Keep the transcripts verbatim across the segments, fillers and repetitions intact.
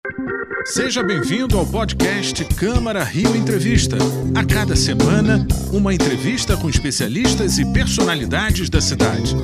Seja bem-vindo ao podcast Câmara Rio Entrevista. A cada semana, uma entrevista com especialistas e personalidades da cidade.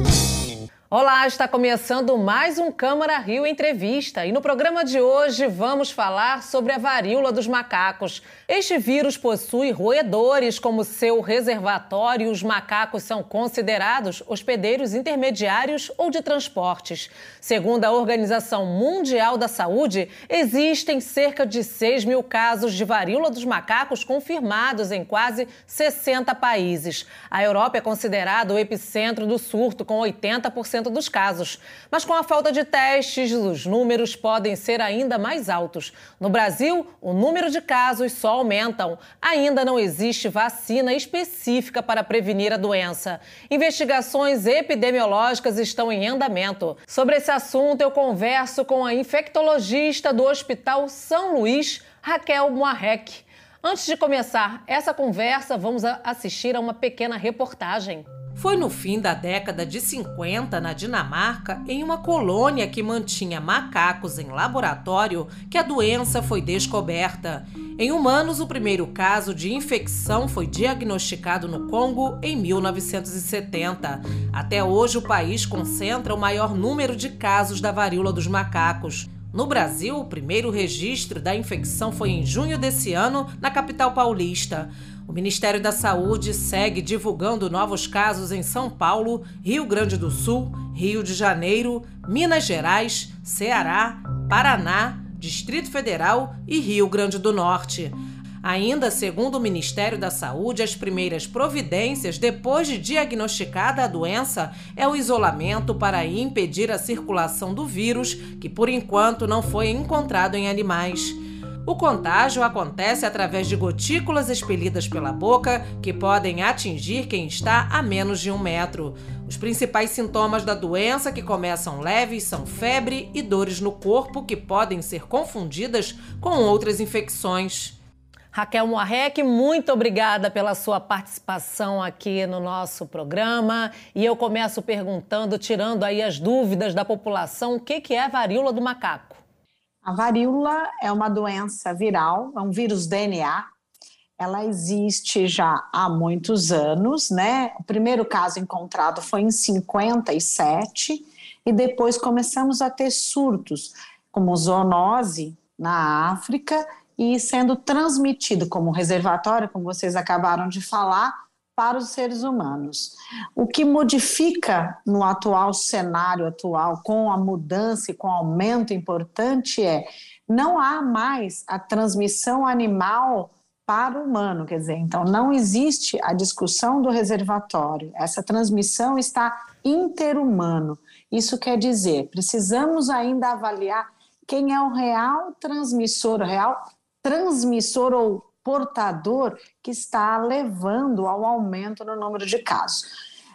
Olá, está começando mais um Câmara Rio Entrevista e no programa de hoje vamos falar sobre a varíola dos macacos. Este vírus possui roedores como seu reservatório e os macacos são considerados hospedeiros intermediários ou de transportes. Segundo a Organização Mundial da Saúde, existem cerca de seis mil casos de varíola dos macacos confirmados em quase sessenta países. A Europa é considerada o epicentro do surto, com oitenta por cento dos casos. Mas com a falta de testes, os números podem ser ainda mais altos. No Brasil, o número de casos só aumentam. Ainda não existe vacina específica para prevenir a doença. Investigações epidemiológicas estão em andamento. Sobre esse assunto, eu converso com a infectologista do Hospital São Luís, Raquel Moarec. Antes de começar essa conversa, vamos assistir a uma pequena reportagem. Foi no fim da década de cinquenta, na Dinamarca, em uma colônia que mantinha macacos em laboratório, que a doença foi descoberta. Em humanos, o primeiro caso de infecção foi diagnosticado no Congo em mil novecentos e setenta. Até hoje, o país concentra o maior número de casos da varíola dos macacos. No Brasil, o primeiro registro da infecção foi em junho desse ano, na capital paulista. O Ministério da Saúde segue divulgando novos casos em São Paulo, Rio Grande do Sul, Rio de Janeiro, Minas Gerais, Ceará, Paraná, Distrito Federal e Rio Grande do Norte. Ainda, segundo o Ministério da Saúde, as primeiras providências depois de diagnosticada a doença é o isolamento para impedir a circulação do vírus, que por enquanto não foi encontrado em animais. O contágio acontece através de gotículas expelidas pela boca, que podem atingir quem está a menos de um metro. Os principais sintomas da doença, que começam leves, são febre e dores no corpo, que podem ser confundidas com outras infecções. Raquel Moarec, muito obrigada pela sua participação aqui no nosso programa. E eu começo perguntando, tirando aí as dúvidas da população, o que que é a varíola do macaco? A varíola é uma doença viral, é um vírus D N A. Ela existe já há muitos anos, né? O primeiro caso encontrado foi em cinquenta e sete e depois começamos a ter surtos, como zoonose na África e sendo transmitido como reservatório, como vocês acabaram de falar, para os seres humanos. O que modifica no atual cenário atual, com a mudança e com o aumento importante, é não há mais a transmissão animal para o humano, quer dizer, então não existe a discussão do reservatório, essa transmissão está interhumano. Isso quer dizer, precisamos ainda avaliar quem é o real transmissor, o real transmissor ou portador que está levando ao aumento no número de casos.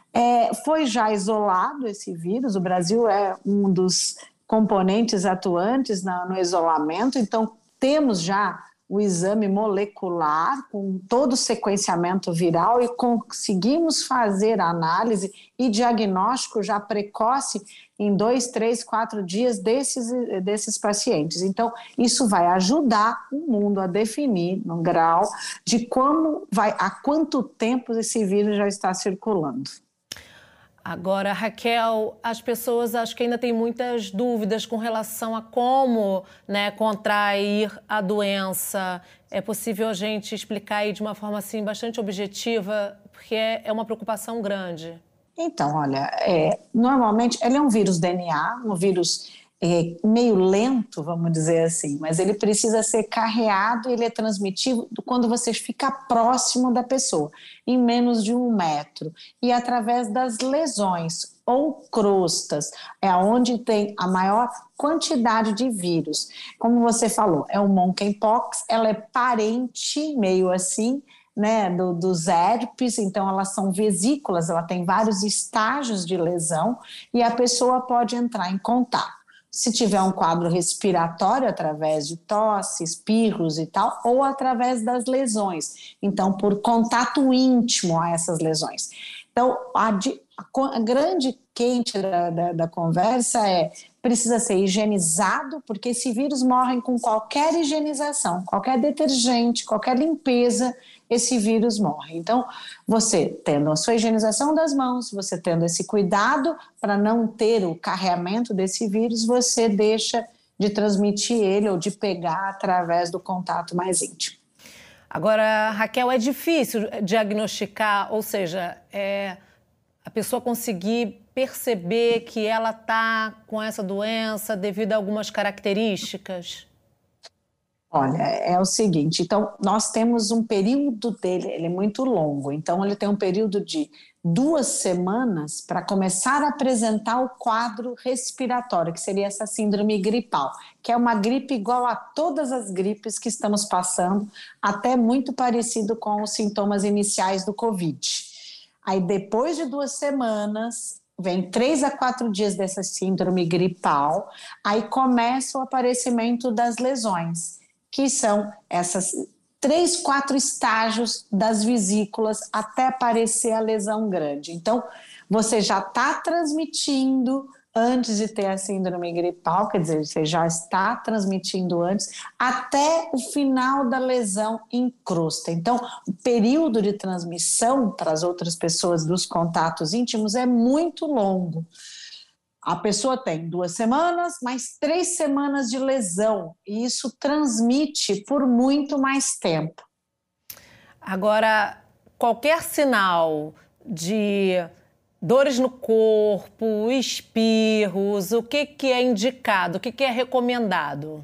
É, foi já isolado esse vírus, o Brasil é um dos componentes atuantes na, no isolamento, então temos já o exame molecular com todo o sequenciamento viral e conseguimos fazer a análise e diagnóstico já precoce em dois, três, quatro dias desses, desses pacientes. Então, isso vai ajudar o mundo a definir no grau de como vai, há quanto tempo esse vírus já está circulando. Agora, Raquel, as pessoas acho que ainda têm muitas dúvidas com relação a como, né, contrair a doença. É possível a gente explicar aí de uma forma assim, bastante objetiva, porque é, é uma preocupação grande. Então, olha, é, normalmente ele é um vírus D N A, um vírus é, meio lento, vamos dizer assim, mas ele precisa ser carreado e ele é transmitido quando você fica próximo da pessoa, em menos de um metro, e através das lesões ou crostas, é onde tem a maior quantidade de vírus. Como você falou, é o monkeypox, ela é parente, meio assim, né, do, dos herpes, então elas são vesículas, ela tem vários estágios de lesão e a pessoa pode entrar em contato. Se tiver um quadro respiratório através de tosse, espirros e tal, ou através das lesões, então por contato íntimo a essas lesões. Então a, a grande quente da, da, da conversa é precisa ser higienizado, porque esse vírus morre com qualquer higienização, qualquer detergente, qualquer limpeza, esse vírus morre. Então, você tendo a sua higienização das mãos, você tendo esse cuidado para não ter o carreamento desse vírus, você deixa de transmitir ele ou de pegar através do contato mais íntimo. Agora, Raquel, é difícil diagnosticar, ou seja, é, a pessoa conseguir perceber que ela está com essa doença devido a algumas características? Olha, é o seguinte, então nós temos um período dele, ele é muito longo, então ele tem um período de duas semanas para começar a apresentar o quadro respiratório, que seria essa síndrome gripal, que é uma gripe igual a todas as gripes que estamos passando, até muito parecido com os sintomas iniciais do Covid. Aí depois de duas semanas, vem três a quatro dias dessa síndrome gripal, aí começa o aparecimento das lesões, que são essas três, quatro estágios das vesículas até aparecer a lesão grande. Então, você já está transmitindo antes de ter a síndrome gripal, quer dizer, você já está transmitindo antes, até o final da lesão incrusta. Então, o período de transmissão para as outras pessoas dos contatos íntimos é muito longo. A pessoa tem duas semanas, mais três semanas de lesão, e isso transmite por muito mais tempo. Agora, qualquer sinal de dores no corpo, espirros, o que, que é indicado, o que, que é recomendado?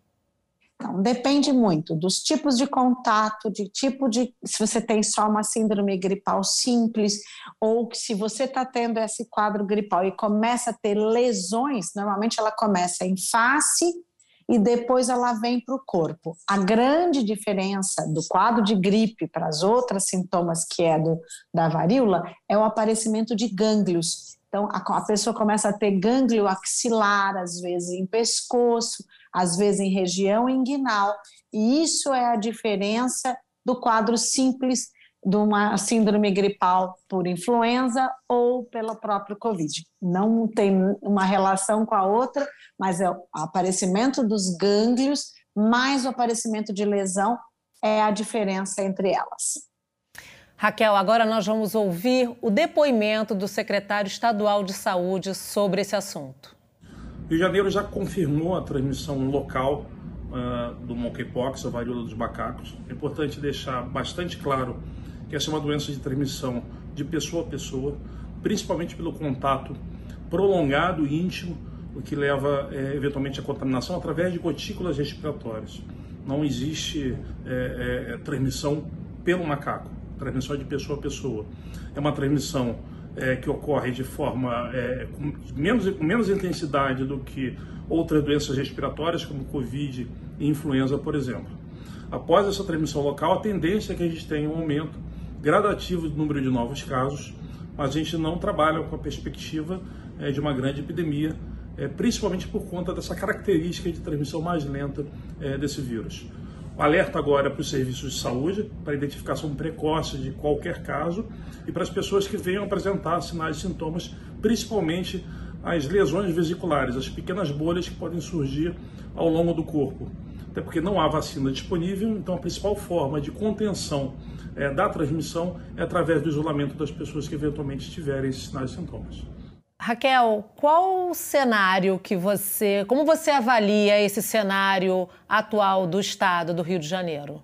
Então, depende muito dos tipos de contato, de tipo de... se você tem só uma síndrome gripal simples, ou se você está tendo esse quadro gripal e começa a ter lesões, normalmente ela começa em face e depois ela vem para o corpo. A grande diferença do quadro de gripe para as outras sintomas que é do, da varíola é o aparecimento de gânglios. Então, a, a pessoa começa a ter gânglio axilar, às vezes em pescoço, às vezes em região inguinal, e isso é a diferença do quadro simples de uma síndrome gripal por influenza ou pelo próprio Covid. Não tem uma relação com a outra, mas é o aparecimento dos gânglios mais o aparecimento de lesão é a diferença entre elas. Raquel, agora nós vamos ouvir o depoimento do secretário estadual de saúde sobre esse assunto. Rio de Janeiro já confirmou a transmissão local uh, do monkeypox, a varíola dos macacos. É importante deixar bastante claro que essa é uma doença de transmissão de pessoa a pessoa, principalmente pelo contato prolongado e íntimo, o que leva é, eventualmente à contaminação através de gotículas respiratórias. Não existe é, é, transmissão pelo macaco, transmissão de pessoa a pessoa. É uma transmissão é, que ocorre de forma é, com menos, menos intensidade do que outras doenças respiratórias, como Covid e influenza, por exemplo. Após essa transmissão local, a tendência é que a gente tenha um aumento gradativo do número de novos casos, mas a gente não trabalha com a perspectiva é, de uma grande epidemia, é, principalmente por conta dessa característica de transmissão mais lenta é, desse vírus. O alerta agora é para os serviços de saúde, para a identificação precoce de qualquer caso e para as pessoas que venham apresentar sinais e sintomas, principalmente as lesões vesiculares, as pequenas bolhas que podem surgir ao longo do corpo. Até porque não há vacina disponível, então a principal forma de contenção é, da transmissão é através do isolamento das pessoas que eventualmente tiverem esses sinais e sintomas. Raquel, qual o cenário que você, como você avalia esse cenário atual do estado do Rio de Janeiro?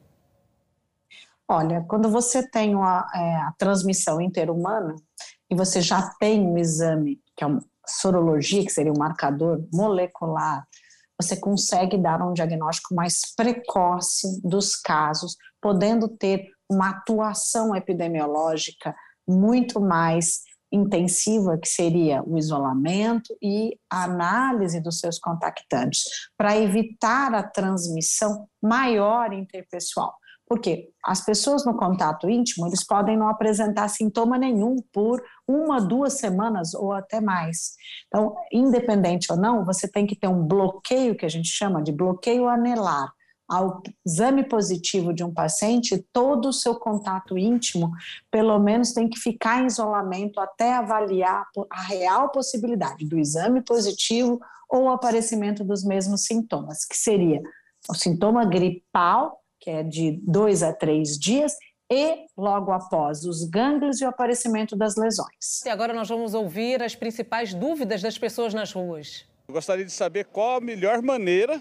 Olha, quando você tem uma, é, a transmissão interhumana e você já tem um exame, que é uma sorologia, que seria um marcador molecular, você consegue dar um diagnóstico mais precoce dos casos, podendo ter uma atuação epidemiológica muito mais intensiva, que seria o isolamento e a análise dos seus contactantes, para evitar a transmissão maior interpessoal. Porque as pessoas no contato íntimo, eles podem não apresentar sintoma nenhum por uma, duas semanas ou até mais. Então, independente ou não, você tem que ter um bloqueio, que a gente chama de bloqueio anelar, ao exame positivo de um paciente, todo o seu contato íntimo, pelo menos, tem que ficar em isolamento até avaliar a real possibilidade do exame positivo ou o aparecimento dos mesmos sintomas, que seria o sintoma gripal, que é de dois a três dias, e logo após os gânglios e o aparecimento das lesões. E agora nós vamos ouvir as principais dúvidas das pessoas nas ruas. Eu gostaria de saber qual a melhor maneira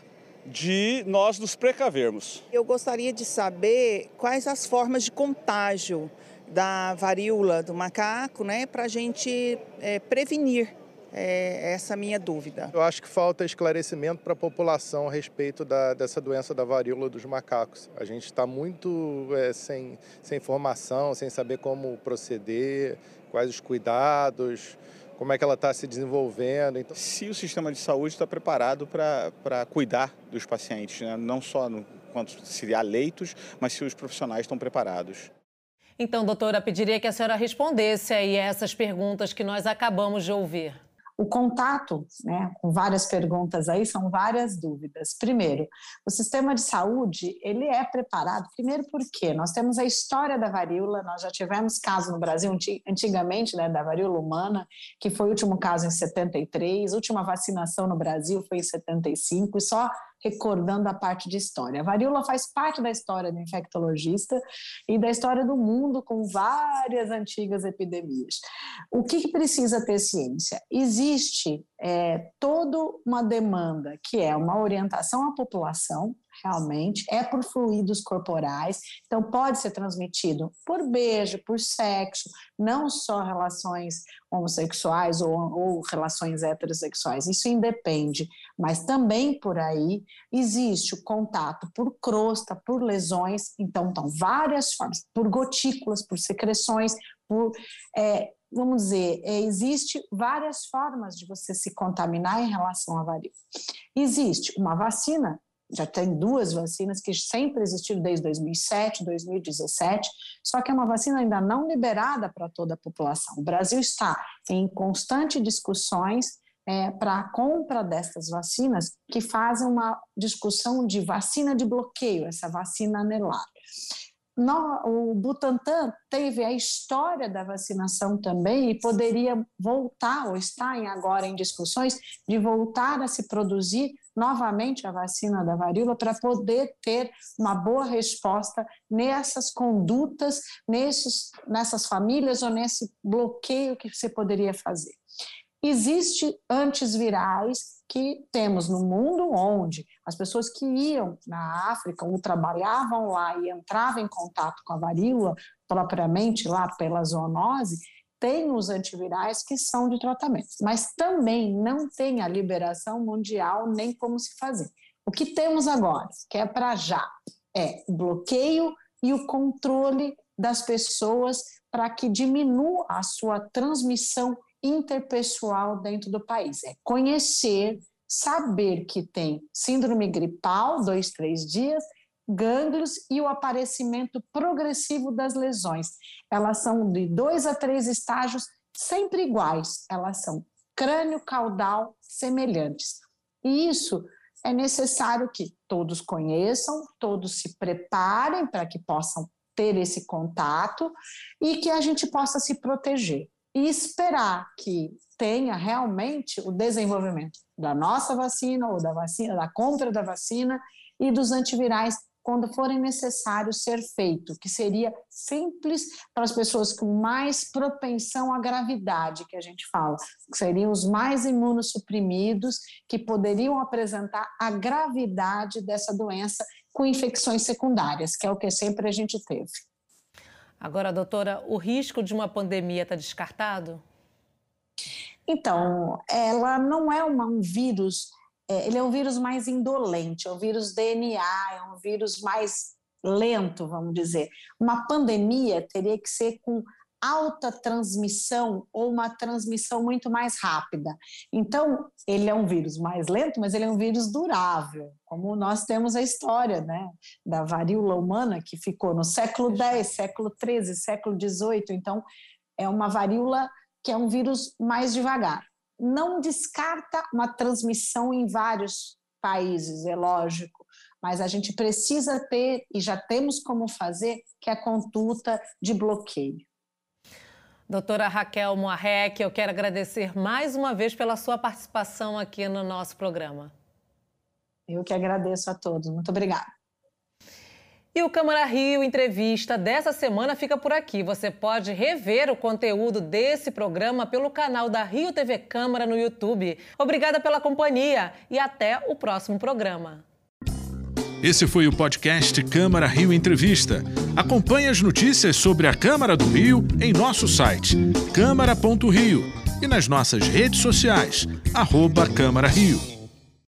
de nós nos precavermos. Eu gostaria de saber quais as formas de contágio da varíola do macaco, né, para a gente é, prevenir é, essa minha dúvida. Eu acho que falta esclarecimento para a população a respeito da, dessa doença da varíola dos macacos. A gente está muito é, sem, sem informação, sem saber como proceder, quais os cuidados, como é que ela está se desenvolvendo. Então... Se o sistema de saúde está preparado para cuidar dos pacientes, né? Não só no quanto se há leitos, mas se os profissionais estão preparados. Então, doutora, pediria que a senhora respondesse aí essas perguntas que nós acabamos de ouvir. O contato, né, com várias perguntas aí, são várias dúvidas. Primeiro, o sistema de saúde, ele é preparado, primeiro porque nós temos a história da varíola, nós já tivemos caso no Brasil, antigamente, né, da varíola humana, que foi o último caso em setenta e três, a última vacinação no Brasil foi em setenta e cinco, e só recordando a parte de história. A varíola faz parte da história do infectologista e da história do mundo com várias antigas epidemias. O que precisa ter ciência? Existe é, toda uma demanda que é uma orientação à população, realmente, é por fluidos corporais, então pode ser transmitido por beijo, por sexo, não só relações homossexuais ou, ou relações heterossexuais, isso independe, mas também por aí existe o contato por crosta, por lesões, então estão várias formas, por gotículas, por secreções, por... É, vamos dizer, é, existe várias formas de você se contaminar em relação à varíola. Existe uma vacina, já tem duas vacinas que sempre existiram desde dois mil e sete, dois mil e dezessete, só que é uma vacina ainda não liberada para toda a população. O Brasil está em constante discussões é, para a compra dessas vacinas, que fazem uma discussão de vacina de bloqueio, essa vacina anelar. No, o Butantan teve a história da vacinação também e poderia voltar, ou está em, agora em discussões, de voltar a se produzir novamente a vacina da varíola para poder ter uma boa resposta nessas condutas, nesses, nessas famílias ou nesse bloqueio que você poderia fazer. Existem antivirais que temos no mundo, onde as pessoas que iam na África ou trabalhavam lá e entravam em contato com a varíola, propriamente lá pela zoonose, tem os antivirais que são de tratamento, mas também não tem a liberação mundial nem como se fazer. O que temos agora, que é para já, é o bloqueio e o controle das pessoas para que diminua a sua transmissão interpessoal dentro do país. É conhecer, saber que tem síndrome gripal, dois, três dias, gânglios e o aparecimento progressivo das lesões. Elas são de dois a três estágios sempre iguais, elas são crânio-caudal semelhantes. E isso é necessário que todos conheçam, todos se preparem para que possam ter esse contato e que a gente possa se proteger. E esperar que tenha realmente o desenvolvimento da nossa vacina ou da vacina, da compra da vacina e dos antivirais quando forem necessários ser feito, que seria simples para as pessoas com mais propensão à gravidade, que a gente fala, que seriam os mais imunossuprimidos, que poderiam apresentar a gravidade dessa doença com infecções secundárias, que é o que sempre a gente teve. Agora, doutora, o risco de uma pandemia está descartado? Então, ela não é uma, um vírus, é, ele é um vírus mais indolente, é um vírus D N A, é um vírus mais lento, vamos dizer. Uma pandemia teria que ser com alta transmissão ou uma transmissão muito mais rápida. Então, ele é um vírus mais lento, mas ele é um vírus durável, como nós temos a história, né, da varíola humana, que ficou no século dez, século treze, século dezoito. Então, é uma varíola que é um vírus mais devagar. Não descarta uma transmissão em vários países, é lógico. mas a gente precisa ter, e já temos como fazer, que é a conduta de bloqueio. Doutora Raquel Moarec, eu quero agradecer mais uma vez pela sua participação aqui no nosso programa. Eu que agradeço a todos. Muito obrigada. E o Câmara Rio Entrevista dessa semana fica por aqui. Você pode rever o conteúdo desse programa pelo canal da Rio T V Câmara no YouTube. Obrigada pela companhia e até o próximo programa. Esse foi o podcast Câmara Rio Entrevista. Acompanhe as notícias sobre a Câmara do Rio em nosso site, câmara ponto rio, e nas nossas redes sociais, arroba Câmara Rio.